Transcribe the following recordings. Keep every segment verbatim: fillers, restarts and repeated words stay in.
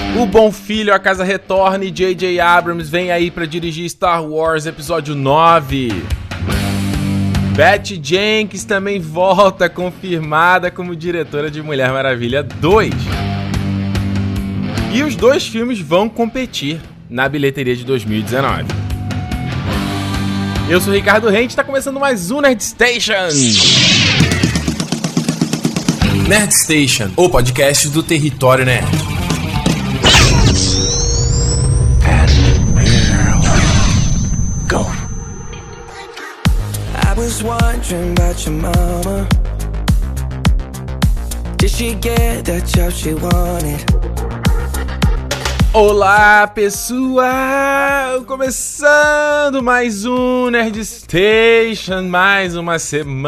O bom filho, a casa retorna e J J Abrams vem aí pra dirigir Star Wars Episódio nove. Patty Jenkins também volta confirmada como diretora de Mulher Maravilha dois. E os dois filmes vão competir na bilheteria de dois mil e dezenove. Eu sou o Ricardo Rente e está começando mais um Nerd Station. Nerd Station, o podcast do Território Nerd. Go. I was wondering about your mama. Did she get that job she wanted? Olá, pessoal! Começando mais um Nerd Station, mais uma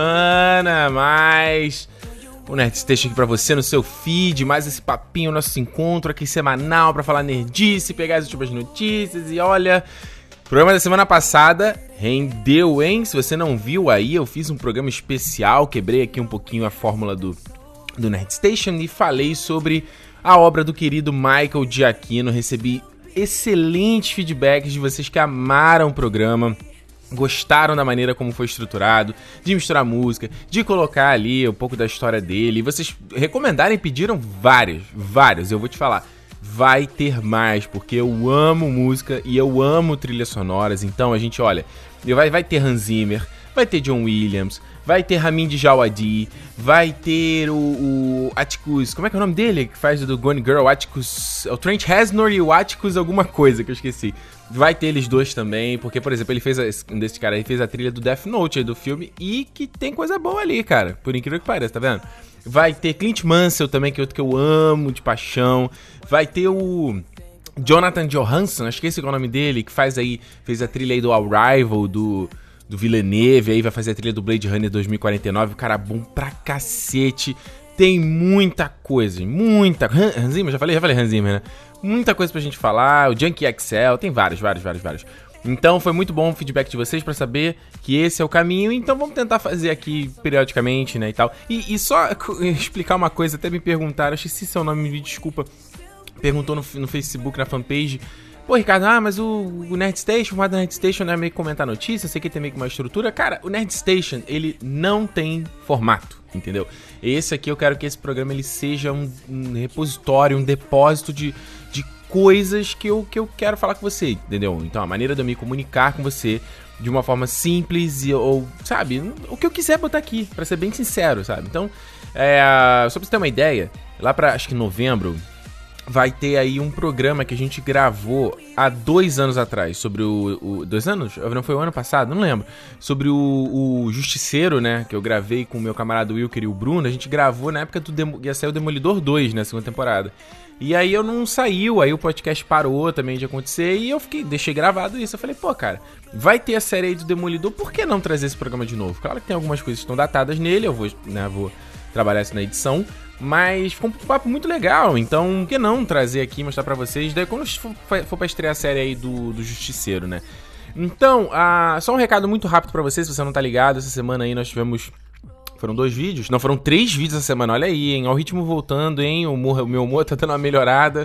semana, mais um Nerd Station aqui pra você no seu feed, mais esse papinho, nosso encontro aqui semanal pra falar nerdice, pegar as últimas notícias e olha... O programa da semana passada rendeu, hein? Se você não viu aí, eu fiz um programa especial, quebrei aqui um pouquinho a fórmula do, do Nerd Station e falei sobre a obra do querido Michael Giacchino. Recebi excelentes feedbacks de vocês que amaram o programa, gostaram da maneira como foi estruturado, de misturar música, de colocar ali um pouco da história dele. E vocês recomendaram e pediram vários, vários, eu vou te falar. Vai ter mais, porque eu amo música e eu amo trilhas sonoras. Então a gente, olha, vai, vai ter Hans Zimmer, vai ter John Williams, vai ter Ramin Djawadi, vai ter o, o Atticus, como é que é o nome dele que faz do Gone Girl? Atticus, o Trent Reznor e o Atticus alguma coisa que eu esqueci. Vai ter eles dois também, porque, por exemplo, ele fez, a, um desses caras aí fez a trilha do Death Note aí do filme e que tem coisa boa ali, cara, por incrível que pareça, tá vendo? Vai ter Clint Mansell também, que é outro que eu amo de paixão. Vai ter o Jonathan Johansson, acho que esse é o nome dele, que faz aí, fez a trilha aí do Arrival, do, do Villeneuve, aí vai fazer a trilha do Blade Runner dois mil e quarenta e nove, o cara bom pra cacete. Tem muita coisa, muita... Hans Zimmer, já falei? Já falei Hans Zimmer, né? Muita coisa pra gente falar, o Junkie X L, tem vários, vários, vários, vários. Então foi muito bom o feedback de vocês pra saber que esse é o caminho. Então vamos tentar fazer aqui periodicamente, né, e tal. E, e só explicar uma coisa, até me perguntaram, acho que se seu nome, me desculpa, perguntou no, no Facebook, na fanpage. Pô, Ricardo, ah, mas o, o Nerd Station, o formato do Nerd Station não é meio que comentar notícia, sei que tem meio que uma estrutura. Cara, o Nerd Station, ele não tem formato, entendeu? Esse aqui eu quero que esse programa ele seja um, um repositório, um depósito de, de coisas que eu, que eu quero falar com você, entendeu? Então, a maneira de eu me comunicar com você de uma forma simples e, ou, sabe, o que eu quiser botar aqui, pra ser bem sincero, sabe? Então, é, só pra você ter uma ideia, lá pra, acho que novembro, vai ter aí um programa que a gente gravou há dois anos atrás, sobre o... o dois anos? Não foi o ano passado? Não lembro. Sobre o, o Justiceiro, né? Que eu gravei com o meu camarada Wilker e o Bruno. A gente gravou na época do... Demo, ia sair o Demolidor dois, né? Segunda temporada. E aí eu não saiu, aí o podcast parou também de acontecer e eu fiquei, deixei gravado isso. Eu falei, pô, cara, vai ter a série aí do Demolidor, por que não trazer esse programa de novo? Claro que tem algumas coisas que estão datadas nele, eu vou, né, vou trabalhar isso na edição, mas ficou um papo muito legal, então por que não trazer aqui e mostrar pra vocês, daí quando for, for pra estrear a série aí do, do Justiceiro, né? Então, ah, só um recado muito rápido pra vocês, se você não tá ligado, essa semana aí nós tivemos... Foram dois vídeos? Não, foram três vídeos essa semana, olha aí, hein? Olha o ritmo voltando, hein? O, humor, o meu humor tá dando uma melhorada.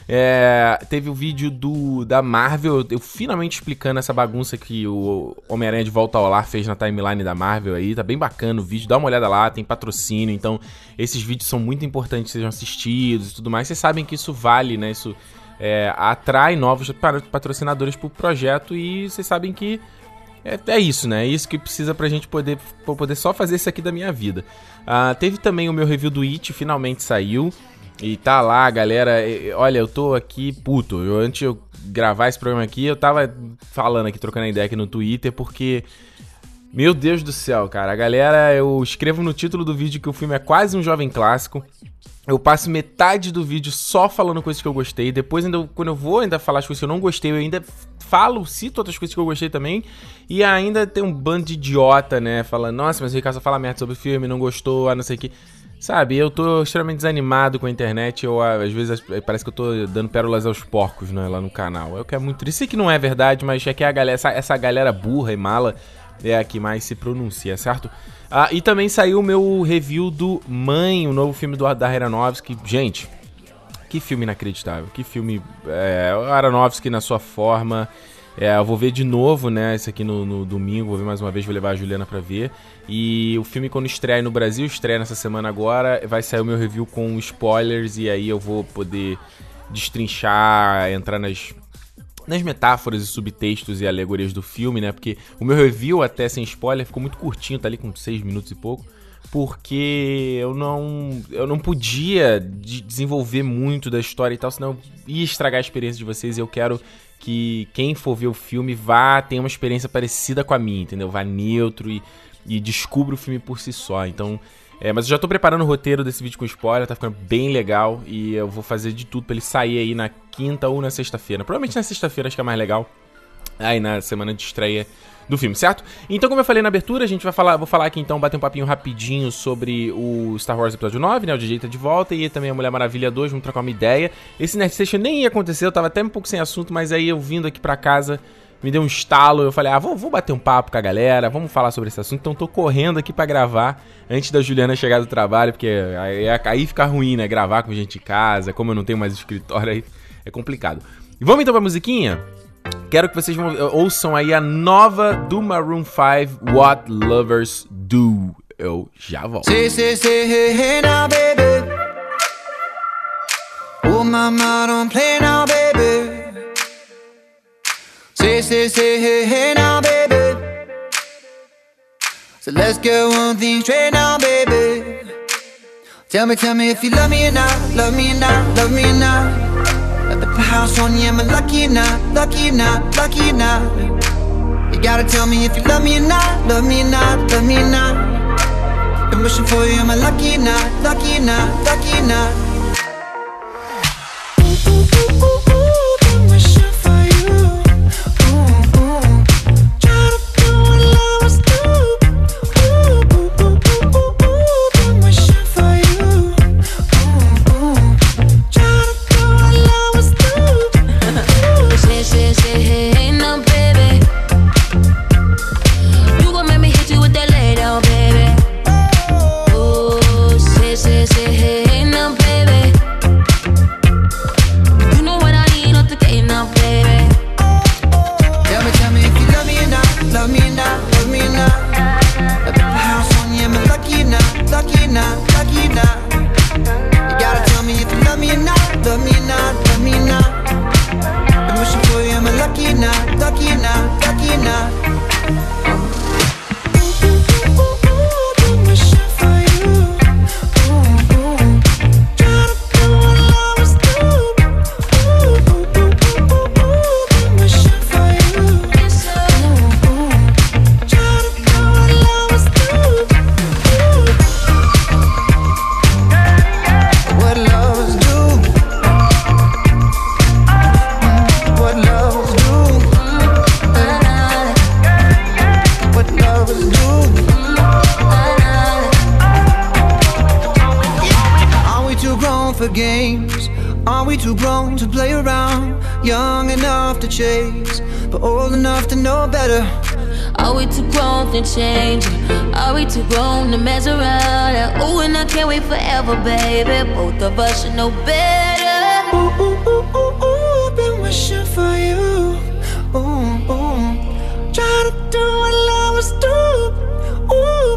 É, teve o vídeo do, da Marvel, eu finalmente explicando essa bagunça que o Homem-Aranha de Volta ao Lar fez na timeline da Marvel aí. Tá bem bacana o vídeo, dá uma olhada lá, tem patrocínio. Então, esses vídeos são muito importantes que sejam assistidos e tudo mais. Vocês sabem que isso vale, né? Isso é, atrai novos patrocinadores pro projeto e vocês sabem que É, é isso, né? É isso que precisa pra gente poder, pra poder só fazer isso aqui da minha vida. Uh, teve também o meu review do It, finalmente saiu. E tá lá, galera. Olha, eu tô aqui puto. Eu, antes de eu gravar esse programa aqui, eu tava falando aqui, trocando ideia aqui no Twitter, porque... Meu Deus do céu, cara. A galera, eu escrevo no título do vídeo que o filme é quase um jovem clássico. Eu passo metade do vídeo só falando coisas que eu gostei. Depois, ainda, quando eu vou ainda falar as coisas que eu não gostei, eu ainda falo, cito outras coisas que eu gostei também. E ainda tem um bando de idiota, né? Falando, nossa, mas o Ricardo só fala merda sobre o filme, não gostou, ah, não sei o que. Sabe, eu tô extremamente desanimado com a internet. Eu, às vezes, parece que eu tô dando pérolas aos porcos, né, lá no canal. Eu quero muito triste. Sei que não é verdade, mas é que a galera, essa, essa galera burra e mala é a que mais se pronuncia, certo? Ah, e também saiu o meu review do Mãe, o novo filme do Darren Aronofsky. Gente, Que filme inacreditável, que filme... É, Aronofsky na sua forma... É, eu vou ver de novo, né, esse aqui no, no domingo, vou ver mais uma vez, vou levar a Juliana pra ver. E o filme, quando estreia no Brasil, estreia nessa semana agora, vai sair o meu review com spoilers, e aí eu vou poder destrinchar, entrar nas, nas metáforas e subtextos e alegorias do filme, né, porque o meu review, até sem spoiler, ficou muito curtinho, tá ali com seis minutos e pouco, porque eu não, eu não podia de desenvolver muito da história e tal, senão ia estragar a experiência de vocês, e eu quero... que quem for ver o filme vá ter uma experiência parecida com a minha, entendeu? Vá neutro e, e descubra o filme por si só. Então, é, mas eu já tô preparando o roteiro desse vídeo com spoiler, tá ficando bem legal e eu vou fazer de tudo pra ele sair aí na quinta ou na sexta-feira. Provavelmente na sexta-feira, acho que é mais legal. Aí na semana de estreia do filme, certo? Então, como eu falei na abertura, a gente vai falar, vou falar aqui então, bater um papinho rapidinho sobre o Star Wars Episódio nove, né? O D J tá de volta, e também a Mulher Maravilha dois, vamos trocar uma ideia. Esse Nerd Station nem ia acontecer, eu tava até um pouco sem assunto, mas aí eu vindo aqui pra casa, me deu um estalo, eu falei, ah, vou, vou bater um papo com a galera, vamos falar sobre esse assunto, então tô correndo aqui pra gravar antes da Juliana chegar do trabalho, porque aí, aí fica ruim, né? Gravar com gente em casa, como eu não tenho mais escritório, aí é complicado. E vamos então pra musiquinha? Quero que vocês ouçam aí a nova do Maroon five, What Lovers Do. Eu já volto. Say, say, say, hey, hey now, baby. Oh, mama, don't play now, baby. Say, say, say, hey, hey now, baby. So let's get one thing straight now, baby. Tell me, tell me if you love me or not, love me or not, love me or not. At the house on you, am I lucky or not, lucky or not, lucky or not? You gotta tell me if you love me or not, love me or not, love me or not. Been wishing for you, am I lucky or not, lucky or not, lucky or not? Ooh, ooh, ooh, ooh, ooh, been wishing for you. Ooh, ooh. Try to do what lovers do. Ooh, ooh, ooh, ooh, ooh, ooh, been wishing for you. Ooh, ooh. Try to do what lovers do. Say, say, say, hey, hey, no, baby. You gon' make me hit you with that lay down, baby. Oh, say, say, say, hey, hey, no, baby. You know what I need, not the game now, baby. Tell me, tell me if you love me or not, love me or not, love me or not. At the house on you, am I lucky or not, lucky or not, lucky or not? You gotta tell me if you love me or not, love me or not, love me or not. Been wishing for you, am I lucky or not, lucky or not, lucky or not? Ooh, ooh, ooh, ooh, ooh, been wishing for you. Ooh, ooh. Try to do what lovers do. Ooh, ooh, ooh, ooh, ooh, been wishing for you. Ooh, ooh. Try to do what lovers do. Ooh. What lovers do. What lovers do. What lovers do. Are we too grown for games? Are we too grown to play around? Young enough to chase, but old enough to know better. Are we too grown to change? Are we too grown to mess around? Ooh, and I can't wait forever, baby. Both of us should know better. Ooh, ooh, ooh, ooh, ooh, been wishing for you. Ooh, ooh. Try to do what lovers do. Ooh.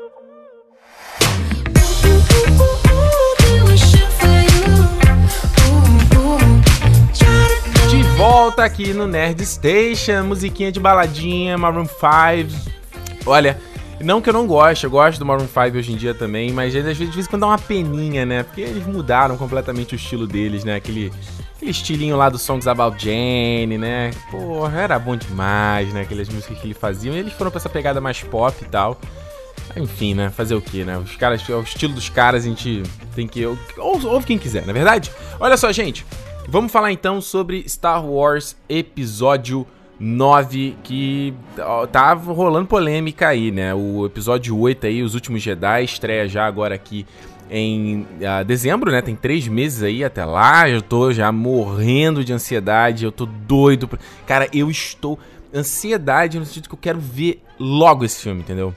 Ooh, ooh, ooh, ooh, been wishing for you. Ooh, ooh. Try to do. De volta aqui no Nerd Station, musiquinha de baladinha, Maroon five. Olha, não que eu não goste, eu gosto do Maroon five hoje em dia também, mas às vezes, de vez em quando dá uma peninha, né? Porque eles mudaram completamente o estilo deles, né? Aquele, aquele estilinho lá do Songs About Jane, né? Porra, era bom demais, né? Aquelas músicas que eles faziam. E eles foram pra essa pegada mais pop e tal. Enfim, né? Fazer o quê, né? Os caras, o estilo dos caras, a gente tem que... Ou, ouve quem quiser, não é verdade? Olha só, gente. Vamos falar então sobre Star Wars Episódio nove, que ó, tá rolando polêmica aí, né? O episódio oito aí, Os Últimos Jedi, estreia já agora aqui em uh, dezembro, né? Tem três meses aí até lá. Eu tô já morrendo de ansiedade, eu tô doido. Pra... Cara, eu estou... Ansiedade no sentido que eu quero ver logo esse filme, entendeu?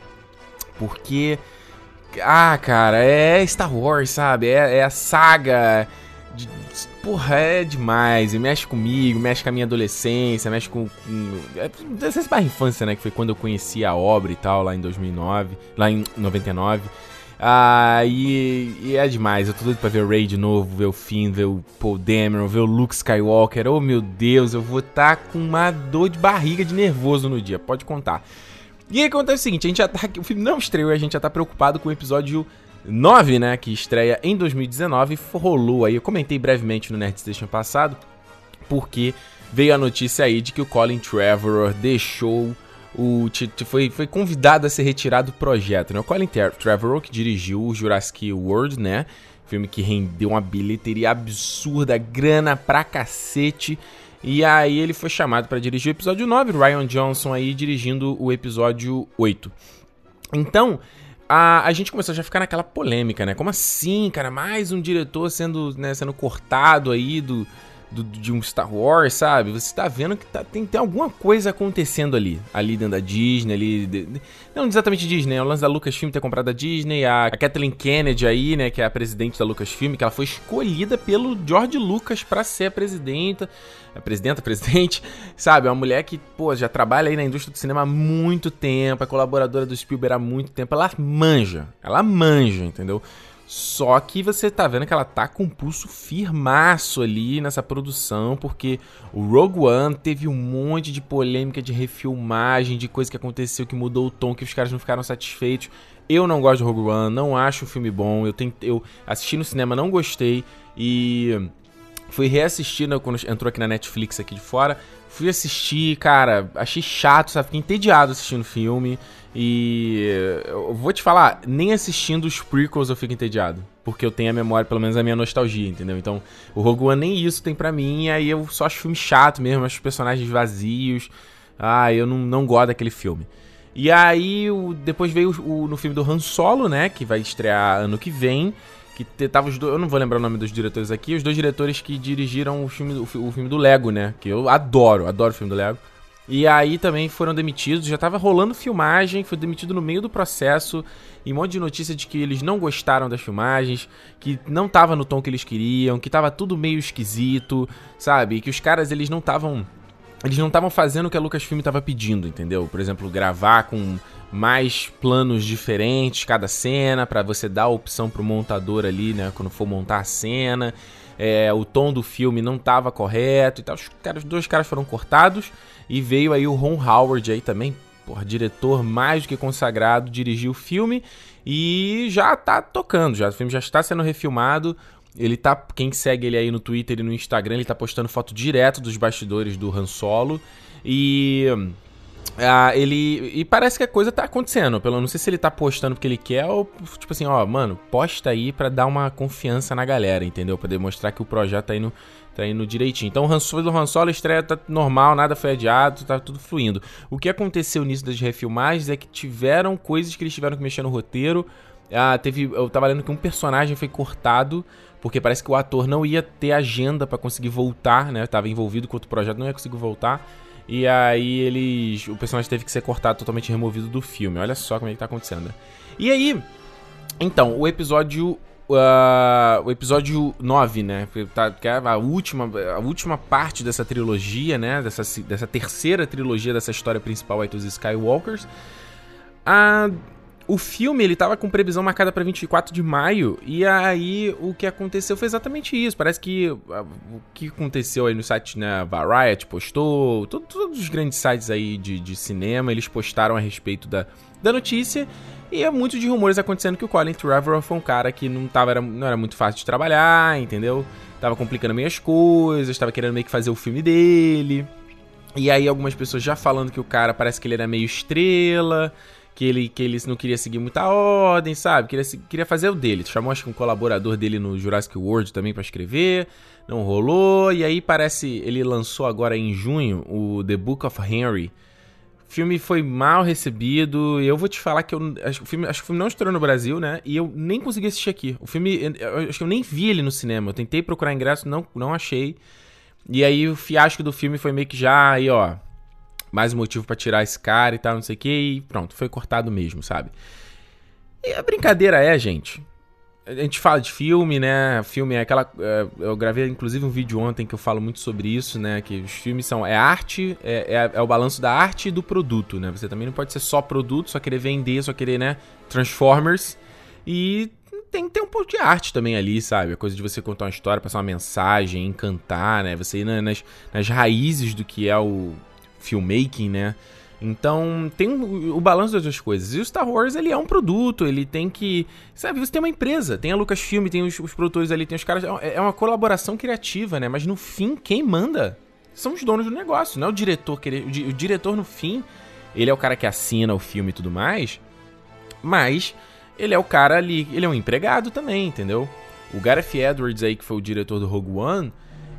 Porque... Ah, cara, é Star Wars, sabe? É, é a saga... De, porra, é demais. E mexe comigo, mexe com a minha adolescência, mexe com. com é, essa barra infância, né? Que foi quando eu conheci a obra e tal, lá em dois mil e nove, lá em noventa e nove. Ah, e, e é demais. Eu tô doido pra ver o Rey de novo, ver o Finn, ver o Paul Dameron, ver o Luke Skywalker. Oh, meu Deus, eu vou estar tá com uma dor de barriga de nervoso no dia, pode contar. E aí acontece o seguinte, a gente já tá. O filme não estreou e a gente já tá preocupado com o episódio nove, né, que estreia em dois mil e dezenove, rolou aí, eu comentei brevemente no Nerd Station passado, porque veio a notícia aí de que o Colin Trevorrow deixou o... foi, foi convidado a ser retirado do projeto, né, o Colin Trevorrow, que dirigiu o Jurassic World, né, filme que rendeu uma bilheteria absurda, grana pra cacete, e aí ele foi chamado pra dirigir o episódio nove, Rian Johnson aí dirigindo o episódio oito. Então... A, a gente começou já a ficar naquela polêmica, né? Como assim, cara? Mais um diretor sendo, né, sendo cortado aí do, do, de um Star Wars, sabe? Você tá vendo que tá, tem, tem alguma coisa acontecendo ali. Ali dentro da Disney, ali... De, de, não exatamente Disney, é o lance da Lucasfilm ter comprado a Disney. A, a Kathleen Kennedy aí, né? Que é a presidente da Lucasfilm, que ela foi escolhida pelo George Lucas pra ser a presidenta... A presidenta, presidente, sabe? É uma mulher que, pô, já trabalha aí na indústria do cinema há muito tempo, é colaboradora do Spielberg há muito tempo, ela manja, ela manja, entendeu? Só que você tá vendo que ela tá com um pulso firmaço ali nessa produção, porque o Rogue One teve um monte de polêmica de refilmagem, de coisa que aconteceu que mudou o tom, que os caras não ficaram satisfeitos. Eu não gosto de Rogue One, não acho o filme bom, eu, tentei, eu assisti no cinema, não gostei e... Fui reassistir, né, quando entrou aqui na Netflix aqui de fora. Fui assistir, cara, achei chato, sabe? Fiquei entediado assistindo o filme. E eu vou te falar, nem assistindo os prequels eu fico entediado. Porque eu tenho a memória, pelo menos a minha nostalgia, entendeu? Então, o Rogue One nem isso tem pra mim. E aí eu só acho filme chato mesmo, acho os personagens vazios. Ah, eu não, não gosto daquele filme. E aí, o, depois veio o, no filme do Han Solo, né? Que vai estrear ano que vem. Que tava os dois, eu não vou lembrar o nome dos diretores aqui, os dois diretores que dirigiram o filme, o, o filme do Lego, né? Que eu adoro, adoro o filme do Lego. E aí também foram demitidos, já tava rolando filmagem, foi demitido no meio do processo, e um monte de notícia de que eles não gostaram das filmagens, que não tava no tom que eles queriam, que tava tudo meio esquisito, sabe? E que os caras, eles não estavam... Eles não estavam fazendo o que a Lucasfilm tava pedindo, entendeu? Por exemplo, gravar com mais planos diferentes cada cena, pra você dar a opção pro montador ali, né? Quando for montar a cena. É, o tom do filme não tava correto e tal. Os, caras, os dois caras foram cortados e veio aí o Ron Howard aí também, porra, diretor mais do que consagrado, dirigiu o filme e já tá tocando, já. O filme já está sendo refilmado. Ele tá, quem segue ele aí no Twitter e no Instagram, ele tá postando foto direto dos bastidores do Han Solo. E uh, ele e parece que a coisa tá acontecendo. Pelo, não sei se ele tá postando porque ele quer ou tipo assim, ó, mano, posta aí pra dar uma confiança na galera, entendeu? Pra demonstrar que o projeto tá indo, tá indo direitinho. Então o Han Solo, o Han Solo, a estreia tá normal, nada foi adiado, tá tudo fluindo. O que aconteceu nisso das refilmagens é que tiveram coisas que eles tiveram que mexer no roteiro. Ah, teve, eu tava lendo que um personagem foi cortado, porque parece que o ator não ia ter agenda pra conseguir voltar, né? Tava envolvido com outro projeto, não ia conseguir voltar. E aí eles, o personagem teve que ser cortado, totalmente removido do filme. Olha só como é que tá acontecendo, né? E aí, então, o episódio... Uh, o episódio nove, né? Tá, que é a última, a última parte dessa trilogia, né? Dessa, dessa terceira trilogia dessa história principal aí dos Skywalkers. A... Uh, O filme, ele tava com previsão marcada pra vinte e quatro de maio, e aí o que aconteceu foi exatamente isso. Parece que uh, o que aconteceu aí no site, né, Variety postou, todo, todos os grandes sites aí de, de cinema, eles postaram a respeito da, da notícia, e há muitos de rumores acontecendo que o Colin Trevorrow foi um cara que não, tava, era, não era muito fácil de trabalhar, entendeu? Tava complicando meio as coisas, tava querendo meio que fazer o filme dele, e aí algumas pessoas já falando que o cara parece que ele era meio estrela... Que ele, que ele não queria seguir muita ordem, sabe? Queria, queria fazer o dele. Chamou, acho que um colaborador dele no Jurassic World também pra escrever. Não rolou. E aí parece... Ele lançou agora em junho o The Book of Henry. O filme foi mal recebido. E eu vou te falar que eu... Acho que o filme, acho que o filme não estourou no Brasil, né? E eu nem consegui assistir aqui. O filme... Eu, acho que eu nem vi ele no cinema. Eu tentei procurar ingresso, não, não achei. E aí o fiasco do filme foi meio que já... Aí, ó... Mais um motivo pra tirar esse cara e tal, não sei o que, e pronto, foi cortado mesmo, sabe? E a brincadeira é, gente, a gente fala de filme, né? Filme é aquela... Eu gravei, inclusive, um vídeo ontem que eu falo muito sobre isso, né? Que os filmes são... É arte, é, é, é o balanço da arte e do produto, né? Você também não pode ser só produto, só querer vender, só querer, né? Transformers. E tem que ter um pouco de arte também ali, sabe? A coisa de você contar uma história, passar uma mensagem, encantar, né? Você ir nas, nas raízes do que é o filmmaking, né? Então, tem o, o balanço das duas coisas. E o Star Wars, ele é um produto, ele tem que... Sabe, você tem uma empresa, tem a Lucasfilm, tem os, os produtores ali, tem os caras... É uma colaboração criativa, né? Mas no fim, quem manda são os donos do negócio, não é o diretor. Querer, o, o diretor, no fim, ele é o cara que assina o filme e tudo mais, mas ele é o cara ali... Ele é um empregado também, entendeu? O Gareth Edwards aí, que foi o diretor do Rogue One,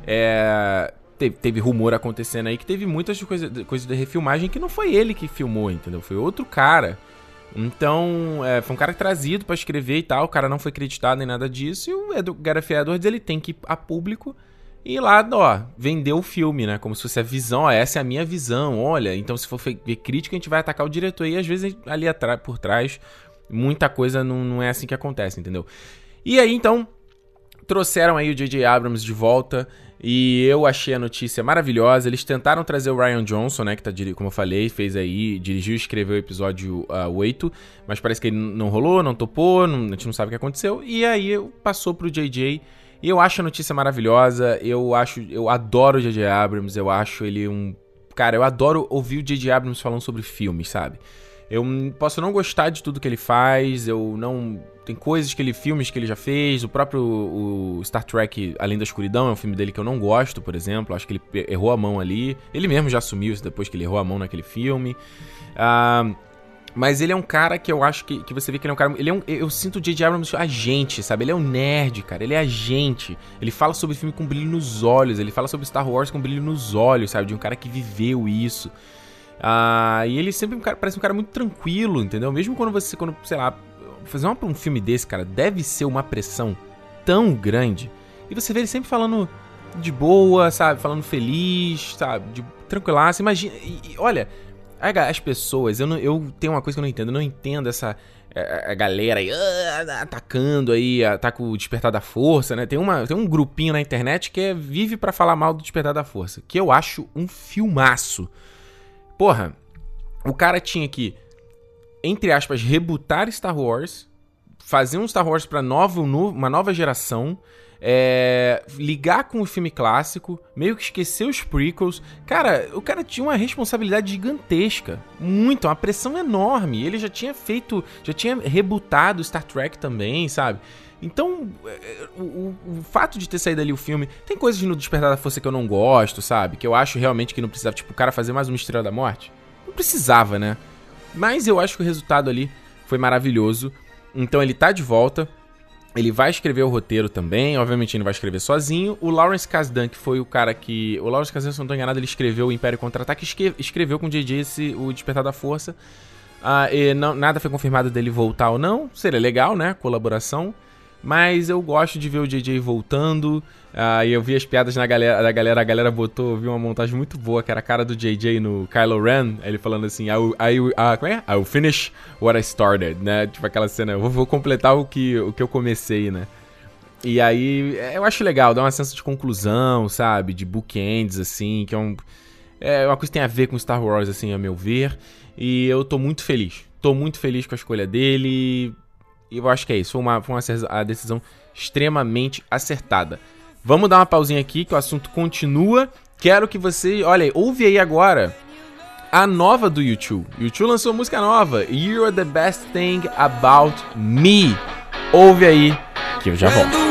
é... Teve, teve rumor acontecendo aí que teve muitas coisas coisa de refilmagem que não foi ele que filmou, entendeu? Foi outro cara. Então, é, foi um cara trazido pra escrever e tal. O cara não foi acreditado nem nada disso. E o Ed- Gareth Edwards, ele tem que ir a público e ir lá, ó, vender o filme, né? Como se fosse a visão, ó, essa é a minha visão, olha. Então, se for ver crítica, a gente vai atacar o diretor. E às vezes, ali atrás, por trás, muita coisa não, não é assim que acontece, entendeu? E aí, então, trouxeram aí o J J Abrams de volta... E eu achei a notícia maravilhosa. Eles tentaram trazer o Rian Johnson, né? Que tá, como eu falei, fez aí, dirigiu e escreveu o episódio uh, oito. Mas parece que ele não rolou, não topou, não, a gente não sabe o que aconteceu. E aí passou pro J J. E eu acho a notícia maravilhosa. Eu acho, eu adoro o J J Abrams. Eu acho ele um... Cara, eu adoro ouvir o J J Abrams falando sobre filmes, sabe? Eu posso não gostar de tudo que ele faz, eu não... Tem coisas que ele... Filmes que ele já fez, o próprio o Star Trek Além da Escuridão é um filme dele que eu não gosto, por exemplo. Acho que ele errou a mão ali. Ele mesmo já assumiu isso depois que ele errou a mão naquele filme. Uh, mas ele é um cara que eu acho que... Que você vê que ele é um cara... Ele é um, eu sinto o J J Abrams agente, sabe? Ele é um nerd, cara. Ele é agente. Ele fala sobre filme com brilho nos olhos. Ele fala sobre Star Wars com brilho nos olhos, sabe? De um cara que viveu isso. Uh, e ele sempre um cara, parece um cara muito tranquilo, entendeu? Mesmo quando você, quando, sei lá, fazer uma, um filme desse, cara, deve ser uma pressão tão grande. E você vê ele sempre falando de boa, sabe? Falando feliz, sabe? De tranquilaço. Imagina, e, e olha, as pessoas, eu, não, eu tenho uma coisa que eu não entendo. Eu não entendo essa a, a galera aí uh, atacando aí, ataca o Despertar da Força, né? Tem, uma, tem um grupinho na internet que é, vive pra falar mal do Despertar da Força, que eu acho um filmaço. Porra, o cara tinha que, entre aspas, rebootar Star Wars, fazer um Star Wars pra nova, uma nova geração, é, ligar com o filme clássico, meio que esquecer os prequels. Cara, o cara tinha uma responsabilidade gigantesca, muito, uma pressão enorme. Ele já tinha feito, já tinha rebootado Star Trek também, sabe? Então, o, o, o fato de ter saído ali o filme... Tem coisas no Despertar da Força que eu não gosto, sabe? Que eu acho realmente que não precisava... Tipo, o cara fazer mais uma Estrela da Morte. Não precisava, né? Mas eu acho que o resultado ali foi maravilhoso. Então, ele tá de volta. Ele vai escrever o roteiro também. Obviamente, ele não vai escrever sozinho. O Lawrence Kasdan, que foi o cara que... O Lawrence Kasdan, se não tô enganado, ele escreveu o Império Contra-Ataque. Escreve, escreveu com o J J esse, o Despertar da Força. Ah, e não, nada foi confirmado dele voltar ou não. Seria legal, né? Colaboração. Mas eu gosto de ver o J J voltando. Uh, e eu vi as piadas na galera, da galera. A galera botou, eu vi uma montagem muito boa, que era a cara do J J no Kylo Ren. Ele falando assim, I will, I will, uh, como é? I will finish what I started, né? Tipo aquela cena, eu vou, vou completar o que, o que eu comecei, né? E aí, eu acho legal, dá uma sensação de conclusão, sabe? De bookends, assim, que é, um, é uma coisa que tem a ver com Star Wars, assim, a meu ver. E eu tô muito feliz. Tô muito feliz com a escolha dele. E eu acho que é isso, foi uma, foi uma decisão extremamente acertada. Vamos dar uma pausinha aqui, que o assunto continua. Quero que você, olha aí, ouve aí agora a nova do U dois. U dois lançou música nova, You're the Best Thing About Me. Ouve aí, que eu já volto.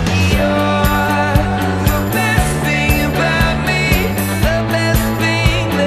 Thing about me, the best thing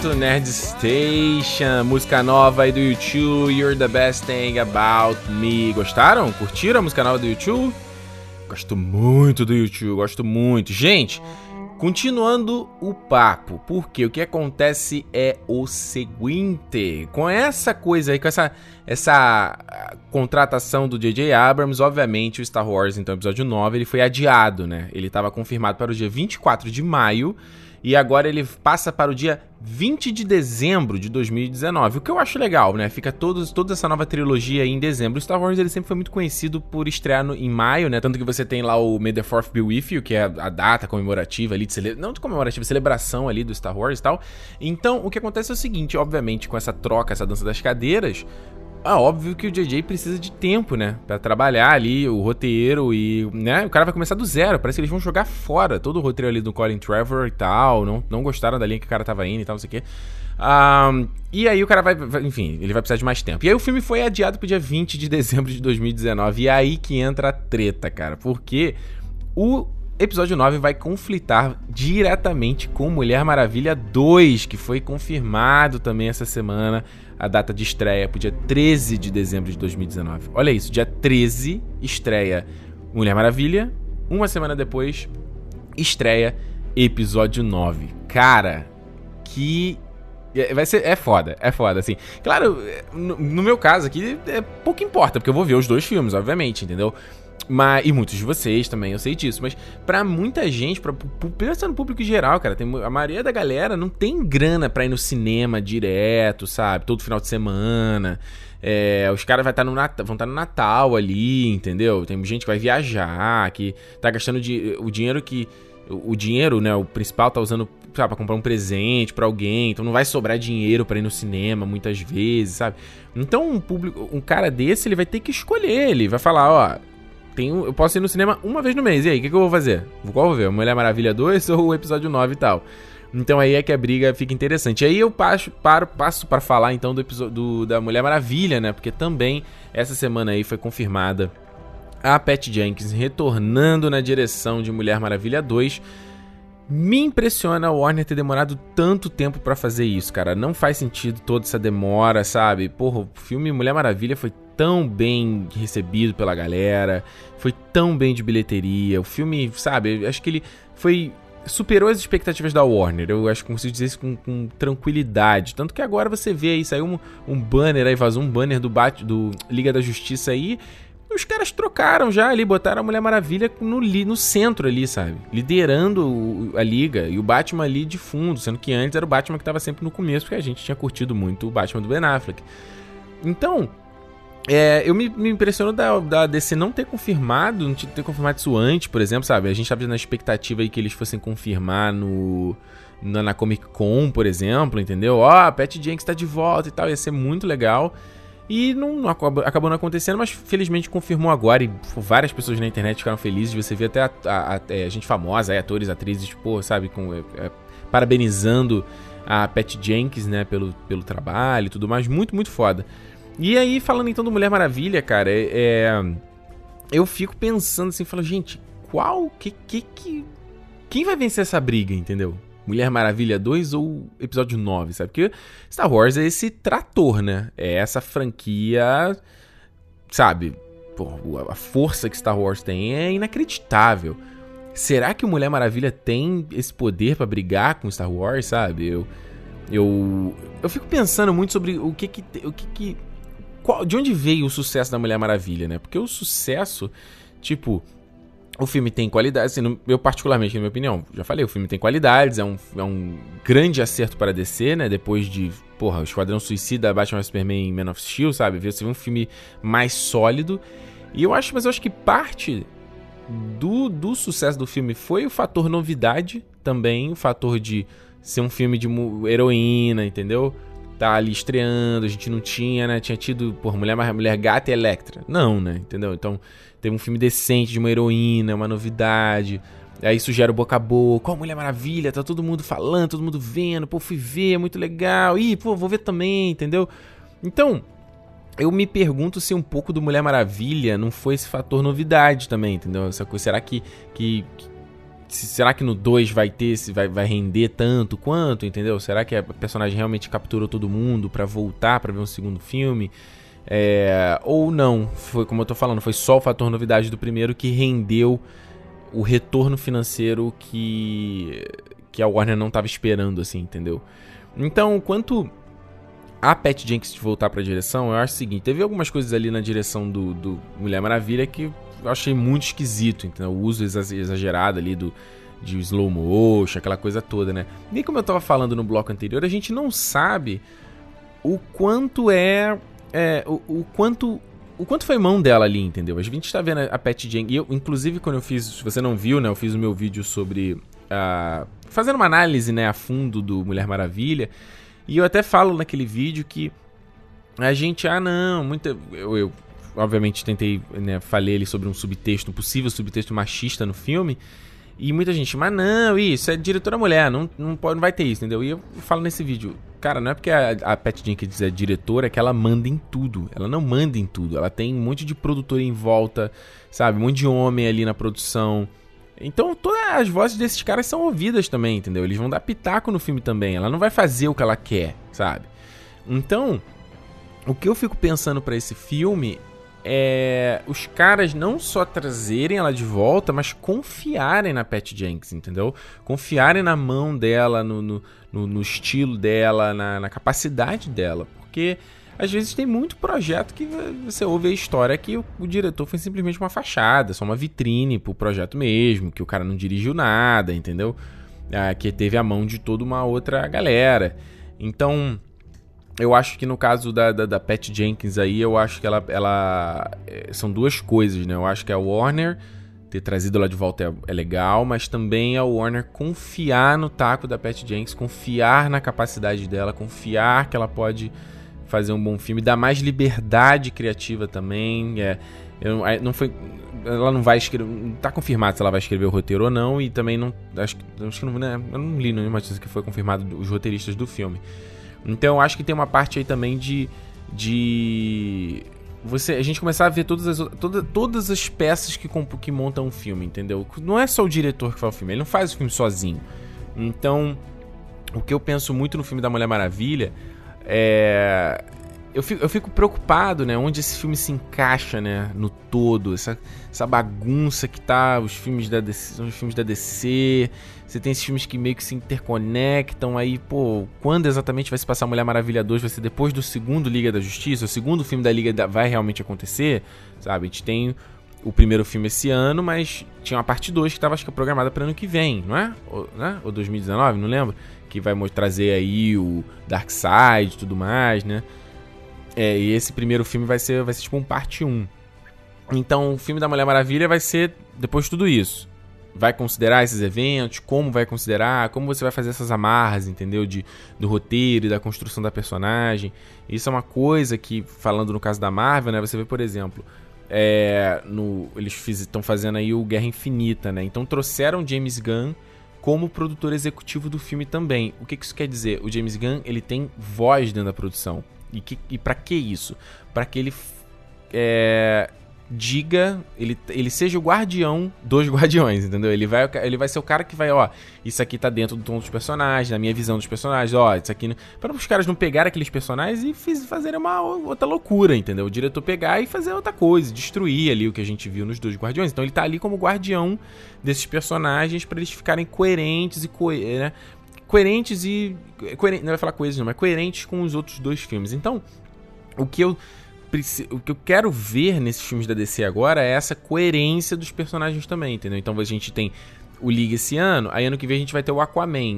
certo, Nerd Station, música nova aí do U dois, You're the Best Thing About Me. Gostaram? Curtiram a música nova do U dois? Gosto muito do U dois, gosto muito. Gente, continuando o papo, porque o que acontece é o seguinte, com essa coisa aí, com essa, essa contratação do J J Abrams, obviamente o Star Wars, então, episódio nove, ele foi adiado, né? Ele estava confirmado para o dia vinte e quatro de maio, e agora ele passa para o dia vinte de dezembro de dois mil e dezenove, o que eu acho legal, né? Fica todos, toda essa nova trilogia aí em dezembro. O Star Wars, ele sempre foi muito conhecido por estrear no, em maio, né? Tanto que você tem lá o May the fourth Be With You, que é a, a data comemorativa ali, de cele... não de comemorativa, celebração ali do Star Wars e tal. Então, o que acontece é o seguinte, obviamente, com essa troca, essa dança das cadeiras, é óbvio que o J J precisa de tempo, né? Pra trabalhar ali o roteiro e, né? O cara vai começar do zero. Parece que eles vão jogar fora todo o roteiro ali do Colin Trevorrow e tal. Não, não gostaram da linha que o cara tava indo e tal, não sei o quê. Um, e aí o cara vai, vai... Enfim, ele vai precisar de mais tempo. E aí o filme foi adiado pro dia vinte de dezembro de dois mil e dezenove. E é aí que entra a treta, cara. Porque o episódio nove vai conflitar diretamente com Mulher Maravilha dois, que foi confirmado também essa semana. A data de estreia pro dia treze de dezembro de dois mil e dezenove. Olha isso, dia treze estreia Mulher Maravilha. Uma semana depois estreia episódio nove. Cara, que... Vai ser... É foda, é foda, assim. Claro, no, no meu caso aqui, é, pouco importa, porque eu vou ver os dois filmes, obviamente, entendeu? Mas, e muitos de vocês também, eu sei disso. Mas pra muita gente, pra, pensando no público em geral, cara, tem, a maioria da galera não tem grana pra ir no cinema direto, sabe? Todo final de semana. É, os caras vai tá no Natal, vão estar tá no Natal ali, entendeu? Tem gente que vai viajar, que tá gastando de, o dinheiro que... O dinheiro, né, o principal tá usando, sabe, pra comprar um presente pra alguém. Então não vai sobrar dinheiro pra ir no cinema muitas vezes, sabe? Então um público, um cara desse, ele vai ter que escolher. Ele vai falar, ó... Tenho, eu posso ir no cinema uma vez no mês. E aí, o que, que eu vou fazer? Qual eu vou ver? Mulher Maravilha dois ou o episódio nove e tal? Então aí é que a briga fica interessante. Aí eu passo, paro, passo para falar então do episódio do, da Mulher Maravilha, né? Porque também essa semana aí foi confirmada a Patty Jenkins retornando na direção de Mulher Maravilha dois. Me impressiona a Warner ter demorado tanto tempo pra fazer isso, cara. Não faz sentido toda essa demora, sabe? Porra, o filme Mulher Maravilha foi tão bem recebido pela galera, foi tão bem de bilheteria. O filme, sabe, acho que ele foi... superou as expectativas da Warner. Eu acho que consigo dizer isso com, com tranquilidade. Tanto que agora você vê aí, saiu um, um banner aí, vazou um banner do, Bat, do Liga da Justiça aí. Os caras trocaram já ali, botaram a Mulher Maravilha no, no centro ali, sabe? Liderando a Liga e o Batman ali de fundo, sendo que antes era o Batman que tava sempre no começo, porque a gente tinha curtido muito o Batman do Ben Affleck. Então, é, eu me, me impressiono da, da D C não ter confirmado, não ter confirmado isso antes, por exemplo, sabe? A gente tava na expectativa aí que eles fossem confirmar no... Na, na Comic Con, por exemplo, entendeu? Ó, a Patty Jenkins tá de volta e tal, ia ser muito legal. E não, não acabou, acabou não acontecendo, mas felizmente confirmou agora. E várias pessoas na internet ficaram felizes. Você vê até a, a, a, a gente famosa, aí, atores, atrizes, pô, sabe, com, é, é, parabenizando a Patty Jenkins, né, pelo, pelo trabalho e tudo mais. Muito, muito foda. E aí, falando então do Mulher Maravilha, cara, é, é, eu fico pensando assim, falo, gente, qual, que, que, que, quem vai vencer essa briga, entendeu? Mulher Maravilha dois ou episódio nove, sabe? Porque Star Wars é esse trator, né? É essa franquia, sabe? Pô, a força que Star Wars tem é inacreditável. Será que o Mulher Maravilha tem esse poder pra brigar com Star Wars, sabe? Eu, eu, eu fico pensando muito sobre o que que... O que, que qual, de onde veio o sucesso da Mulher Maravilha, né? Porque o sucesso, tipo... O filme tem qualidades, assim, no, eu particularmente, na minha opinião, já falei, o filme tem qualidades, é um, é um grande acerto para a D C, né, depois de, porra, o Esquadrão Suicida, Batman vs Superman e Man of Steel, sabe, você vê um filme mais sólido, e eu acho, mas eu acho que parte do, do sucesso do filme foi o fator novidade também, o fator de ser um filme de heroína, entendeu? Tá ali estreando, a gente não tinha, né? Tinha tido, por Mulher, Mulher Gata e Electra. Não, né? Entendeu? Então, teve um filme decente de uma heroína, uma novidade. Aí isso gera o boca a boca. Ó, Mulher Maravilha, tá todo mundo falando, todo mundo vendo. Pô, fui ver, é muito legal. Ih, pô, vou ver também, entendeu? Então, eu me pergunto se um pouco do Mulher Maravilha não foi esse fator novidade também, entendeu? Essa coisa, será que... que, que será que no dois vai ter, se vai, vai render tanto quanto, entendeu? Será que a personagem realmente capturou todo mundo pra voltar pra ver um segundo filme? É, ou não, foi como eu tô falando, foi só o fator novidade do primeiro que rendeu o retorno financeiro que, que a Warner não tava esperando, assim, entendeu? Então, quanto a Patty Jenkins voltar pra direção, eu acho o seguinte, teve algumas coisas ali na direção do, do Mulher Maravilha que eu achei muito esquisito, entendeu? O uso exagerado ali do, de slow motion, aquela coisa toda, né? E como eu tava falando no bloco anterior, a gente não sabe o quanto é... é o, o quanto... O quanto foi mão dela ali, entendeu? A gente tá vendo a Patty Jenkins... E eu, inclusive, quando eu fiz... Se você não viu, né? Eu fiz o meu vídeo sobre... Uh, fazendo uma análise, né? A fundo do Mulher Maravilha. E eu até falo naquele vídeo que... A gente... Ah, não... Muita... Eu... eu obviamente, tentei... Né, falei ali sobre um subtexto... Um possível subtexto machista no filme... E muita gente, mas não, isso é diretora mulher, não, não, pode, não vai ter isso, entendeu? E eu falo nesse vídeo, cara, não é porque a, a Patty Jenkins é diretora que ela manda em tudo. Ela não manda em tudo. Ela tem um monte de produtor em volta, sabe? Um monte de homem ali na produção. Então todas as vozes desses caras são ouvidas também, entendeu? Eles vão dar pitaco no filme também. Ela não vai fazer o que ela quer, sabe? Então, o que eu fico pensando pra esse filme... É, os caras não só trazerem ela de volta, mas confiarem na Patty Jenkins, entendeu? Confiarem na mão dela, no, no, no, no estilo dela, na, na capacidade dela. Porque às vezes tem muito projeto que você ouve a história que o, o diretor foi simplesmente uma fachada, só uma vitrine pro projeto mesmo, que o cara não dirigiu nada, entendeu? Ah, que teve a mão de toda uma outra galera. Então... Eu acho que no caso da, da, da Patty Jenkins aí, eu acho que ela, ela... São duas coisas, né? Eu acho que a Warner ter trazido ela de volta é, é legal, mas também a Warner confiar no taco da Patty Jenkins, confiar na capacidade dela, confiar que ela pode fazer um bom filme, dar mais liberdade criativa também. É, eu, não foi... Ela não vai escrever... Não tá confirmado se ela vai escrever o roteiro ou não, e também não... Acho, acho que não... Né, eu não li nenhuma notícia que foi confirmado os roteiristas do filme. Então eu acho que tem uma parte aí também de... de você, a gente começar a ver todas as, toda, todas as peças que, que montam um filme, entendeu? Não é só o diretor que faz o filme, ele não faz o filme sozinho. Então, o que eu penso muito no filme da Mulher Maravilha é... Eu fico, eu fico preocupado, né? Onde esse filme se encaixa, né? No todo. Essa, essa bagunça que tá os filmes da D C, os filmes da D C. Você tem esses filmes que meio que se interconectam. Aí, pô, quando exatamente vai se passar Mulher Maravilha dois? Vai ser depois do segundo Liga da Justiça? O segundo filme da Liga da, vai realmente acontecer? Sabe? A gente tem o primeiro filme esse ano, mas tinha uma parte dois que tava, acho que, programada para ano que vem, não é? Ou, né? Ou dois mil e dezenove, não lembro. Que vai trazer aí o Darkseid e tudo mais, né? É, e esse primeiro filme vai ser, vai ser tipo um parte um. Então o filme da Mulher Maravilha vai ser depois de tudo isso. Vai considerar esses eventos, como vai considerar, como você vai fazer essas amarras, entendeu? De, do roteiro e da construção da personagem. Isso é uma coisa que, falando no caso da Marvel, né? Você vê, por exemplo, é, no, eles estão fazendo aí o Guerra Infinita, né? Então trouxeram James Gunn como produtor executivo do filme também. O que, que isso quer dizer? O James Gunn, ele tem voz dentro da produção. E, que, e pra que isso? Pra que ele é, diga, ele, ele seja o guardião dos guardiões, entendeu? Ele vai, ele vai ser o cara que vai, ó, isso aqui tá dentro do tom dos personagens, da minha visão dos personagens, ó, isso aqui... Para os caras não pegarem aqueles personagens e fiz, fazerem uma outra loucura, entendeu? O diretor pegar e fazer outra coisa, destruir ali o que a gente viu nos dois guardiões. Então ele tá ali como guardião desses personagens pra eles ficarem coerentes e... Co- né? coerentes e... Coerente, não vai falar coisas não, mas coerentes com os outros dois filmes. Então, o que eu o que eu quero ver nesses filmes da D C agora é essa coerência dos personagens também, entendeu? Então a gente tem o Liga esse ano, aí ano que vem a gente vai ter o Aquaman.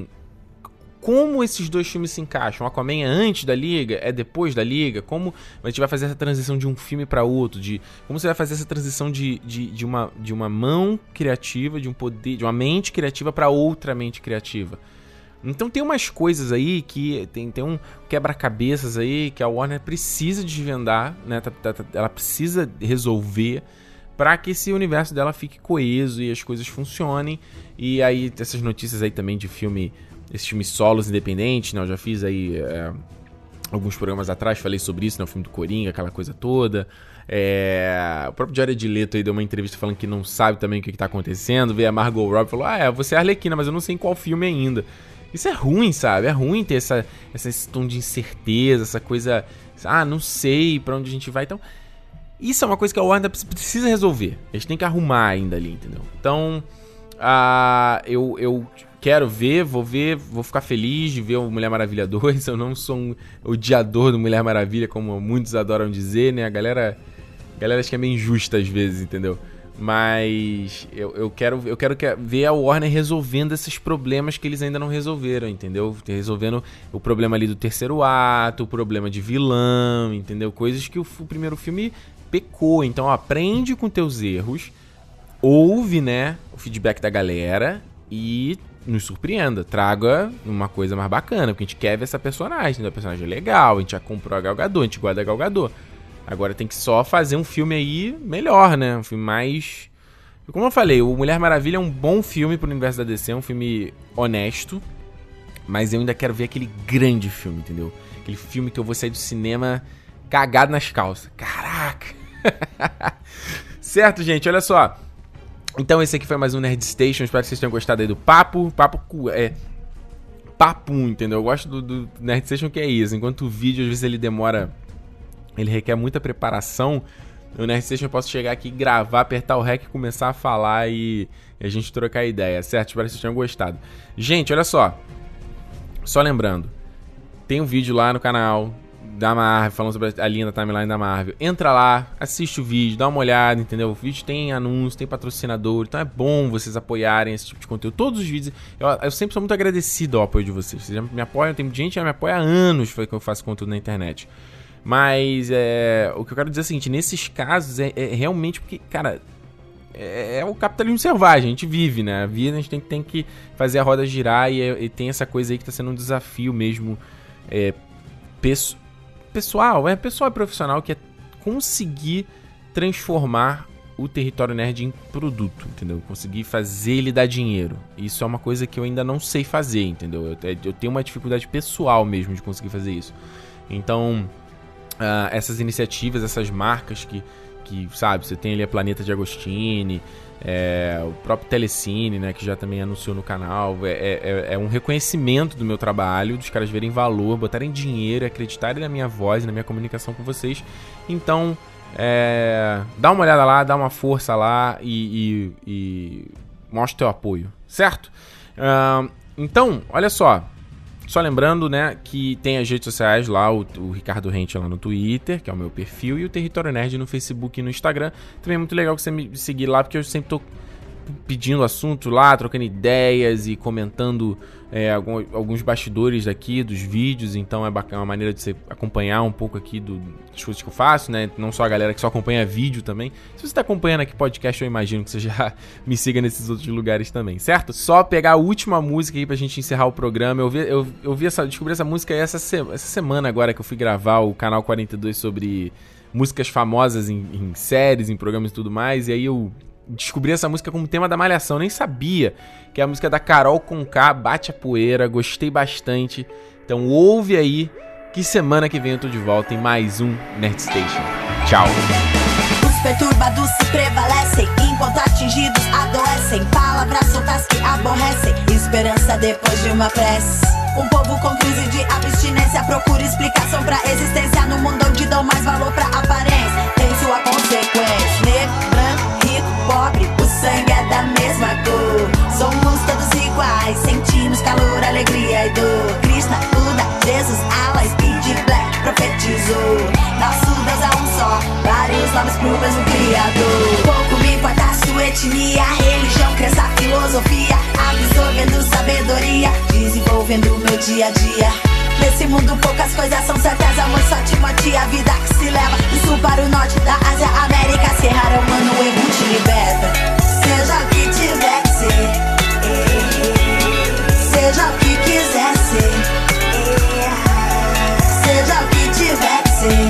Como esses dois filmes se encaixam? O Aquaman é antes da Liga? É depois da Liga? Como a gente vai fazer essa transição de um filme para outro? De, como você vai fazer essa transição de, de, de, uma, de uma mão criativa, de um poder, de uma mente criativa para outra mente criativa? Então tem umas coisas aí que tem, tem um quebra-cabeças aí que a Warner precisa desvendar, né? Ela precisa resolver para que esse universo dela fique coeso e as coisas funcionem. E aí essas notícias aí também de filme, esses filmes solos independentes, né? Eu já fiz aí é, alguns programas atrás, falei sobre isso, né? O filme do Coringa, aquela coisa toda. É... O próprio Jared Leto aí deu uma entrevista falando que não sabe também o que, que tá acontecendo. Veio a Margot Robbie e falou, ah, é, você é a Arlequina, mas eu não sei em qual filme ainda. Isso é ruim, sabe? É ruim ter essa, essa, esse tom de incerteza, essa coisa... Ah, não sei pra onde a gente vai. Então, isso é uma coisa que a Warner precisa resolver. A gente tem que arrumar ainda ali, entendeu? Então, uh, eu... eu quero ver, vou ver, vou ficar feliz de ver o Mulher Maravilha dois. Eu não sou um odiador do Mulher Maravilha, como muitos adoram dizer, né? A galera, a galera acho que é meio injusta às vezes, entendeu? Mas eu, eu quero, eu quero ver a Warner resolvendo esses problemas que eles ainda não resolveram, entendeu? Resolvendo o problema ali do terceiro ato, o problema de vilão, entendeu? Coisas que o, o primeiro filme pecou. Então, ó, aprende com teus erros, ouve, né, o feedback da galera e nos surpreenda, traga uma coisa mais bacana, porque a gente quer ver essa personagem, né? A personagem é legal, a gente já comprou a Gal Gadot, a gente guarda a Gal Gadot. Agora tem que só fazer um filme aí melhor, né? Um filme mais... Como eu falei, o Mulher Maravilha é um bom filme pro universo da D C, é um filme honesto, mas eu ainda quero ver aquele grande filme, entendeu? Aquele filme que eu vou sair do cinema cagado nas calças. Caraca! Certo, gente? Olha só. Então esse aqui foi mais um Nerd Station, espero que vocês tenham gostado aí do papo. Papo é... Papum, entendeu? Eu gosto do, do Nerd Station que é isso. Enquanto o vídeo, às vezes, ele demora... Ele requer muita preparação. No Nerd Station eu posso chegar aqui, gravar, apertar o rec, começar a falar e, e a gente trocar ideia, certo? Espero que vocês tenham gostado. Gente, olha só. Só lembrando, tem um vídeo lá no canal da Marvel, falando sobre a linha da timeline da Marvel. Entra lá, assiste o vídeo, dá uma olhada, entendeu? O vídeo tem anúncio, tem patrocinador, então é bom vocês apoiarem esse tipo de conteúdo. Todos os vídeos, eu, eu sempre sou muito agradecido ao apoio de vocês. Vocês já me apoiam, tem gente que já me apoia há anos que eu faço conteúdo na internet. Mas é, o que eu quero dizer é o seguinte, nesses casos é, é realmente porque, cara, é, é o capitalismo selvagem, a gente vive, né? A vida a gente tem, tem que fazer a roda girar e, e tem essa coisa aí que tá sendo um desafio mesmo é, peço, pessoal, é pessoal e profissional, que é conseguir transformar o território nerd em produto, entendeu? Conseguir fazer ele dar dinheiro. Isso é uma coisa que eu ainda não sei fazer, entendeu? Eu, eu tenho uma dificuldade pessoal mesmo de conseguir fazer isso. Então... Uh, essas iniciativas, essas marcas que, que, sabe, você tem ali a Planeta de Agostini, é, o próprio Telecine, né, que já também anunciou no canal, é, é, é um reconhecimento do meu trabalho, dos caras verem valor, botarem dinheiro, acreditarem na minha voz, na minha comunicação com vocês. Então, é, dá uma olhada lá, dá uma força lá e, e, e mostra teu apoio, certo? Uh, então, olha só. Só lembrando, né, que tem as redes sociais lá, o, o Ricardo Rente lá no Twitter, que é o meu perfil, e o Território Nerd no Facebook e no Instagram. Também é muito legal que você me seguir lá, porque eu sempre tô pedindo assunto lá, trocando ideias e comentando é, algum, alguns bastidores daqui, dos vídeos. Então é bacana, uma maneira de você acompanhar um pouco aqui do, das coisas que eu faço, né? Não só a galera que só acompanha vídeo também. Se você está acompanhando aqui podcast, eu imagino que você já me siga nesses outros lugares também, certo? Só pegar a última música aí pra gente encerrar o programa. Eu, vi, eu, eu vi essa, descobri essa música aí essa, se, essa semana agora que eu fui gravar o Canal quarenta e dois sobre músicas famosas em, em séries, em programas e tudo mais. E aí eu descobri essa música como tema da Malhação, nem sabia, que é a música da Carol Conká, Bate a Poeira, gostei bastante. Então ouve aí, que semana que vem eu tô de volta em mais um Nerd Station. Tchau! Os perturbados se prevalecem, enquanto atingidos adoecem. Palavras soltas que aborrecem, esperança depois de uma prece. Um povo com crise de abstinência procura explicação pra existência no mundo onde dão mais valor pra aparência. Tem sua consequência, negro, branco, rico, pobre, o sangue é da mesma cor. Somos todos iguais, sentimos calor, alegria e dor. Krishna, Buda, Jesus, Allah, Speed, Black, profetizou. Nosso Deus é um só, vários nomes pro mesmo Criador. Pouco me importa a sua etnia, religião, crença, filosofia. Absorvendo sabedoria, desenvolvendo o meu dia a dia. Nesse mundo poucas coisas são certas, amor só te mantém. A vida que se leva do sul para o norte, da Ásia, América, Serra, humano, o erro te liberta. Seja o que tiver que ser, seja o que quiser ser, seja o que tiver que ser,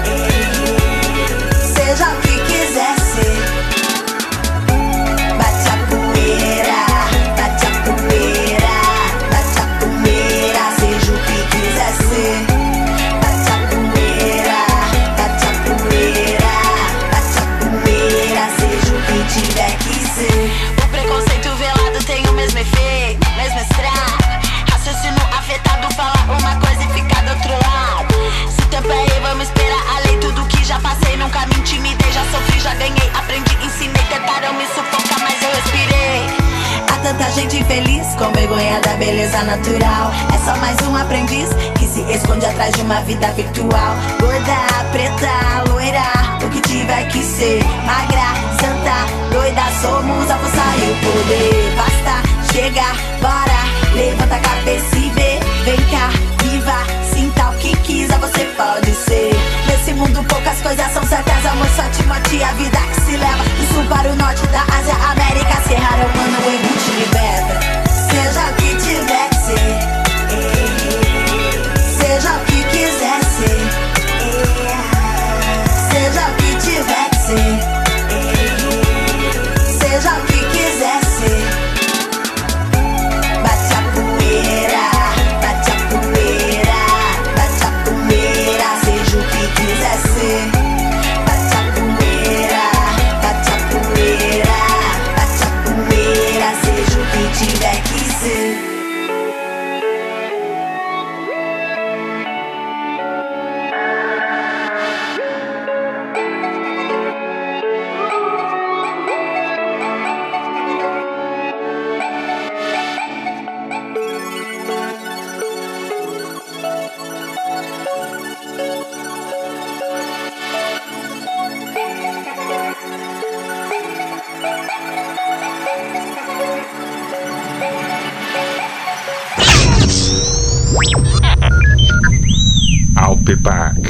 seja o que quiser ser. Bate a poeira, bate a poeira, bate a poeira, seja o que quiser ser. com vergonha da beleza natural. É só mais um aprendiz que se esconde atrás de uma vida virtual. Gorda, preta, loira, o que tiver que ser. Magra, santa, doida, somos a força e o poder. Basta, chega, bora, levanta a cabeça e vê. Vem cá, viva, sinta o que quiser, você pode ser. Nesse mundo poucas coisas são certas, amor, só Timóteo, a vida que se leva do sul para o norte, da Ásia, América, Serra, Romana, o ego te liberta. Seja o que tiver que ser, seja o que quiser ser, seja o que tiver que ser, seja o que quiser ser. Bate a poeira, bate a poeira, bate a poeira, seja o que quiser ser. Bate a poeira, bate a poeira, bate a poeira, seja o que tiver que ser. I'll be back.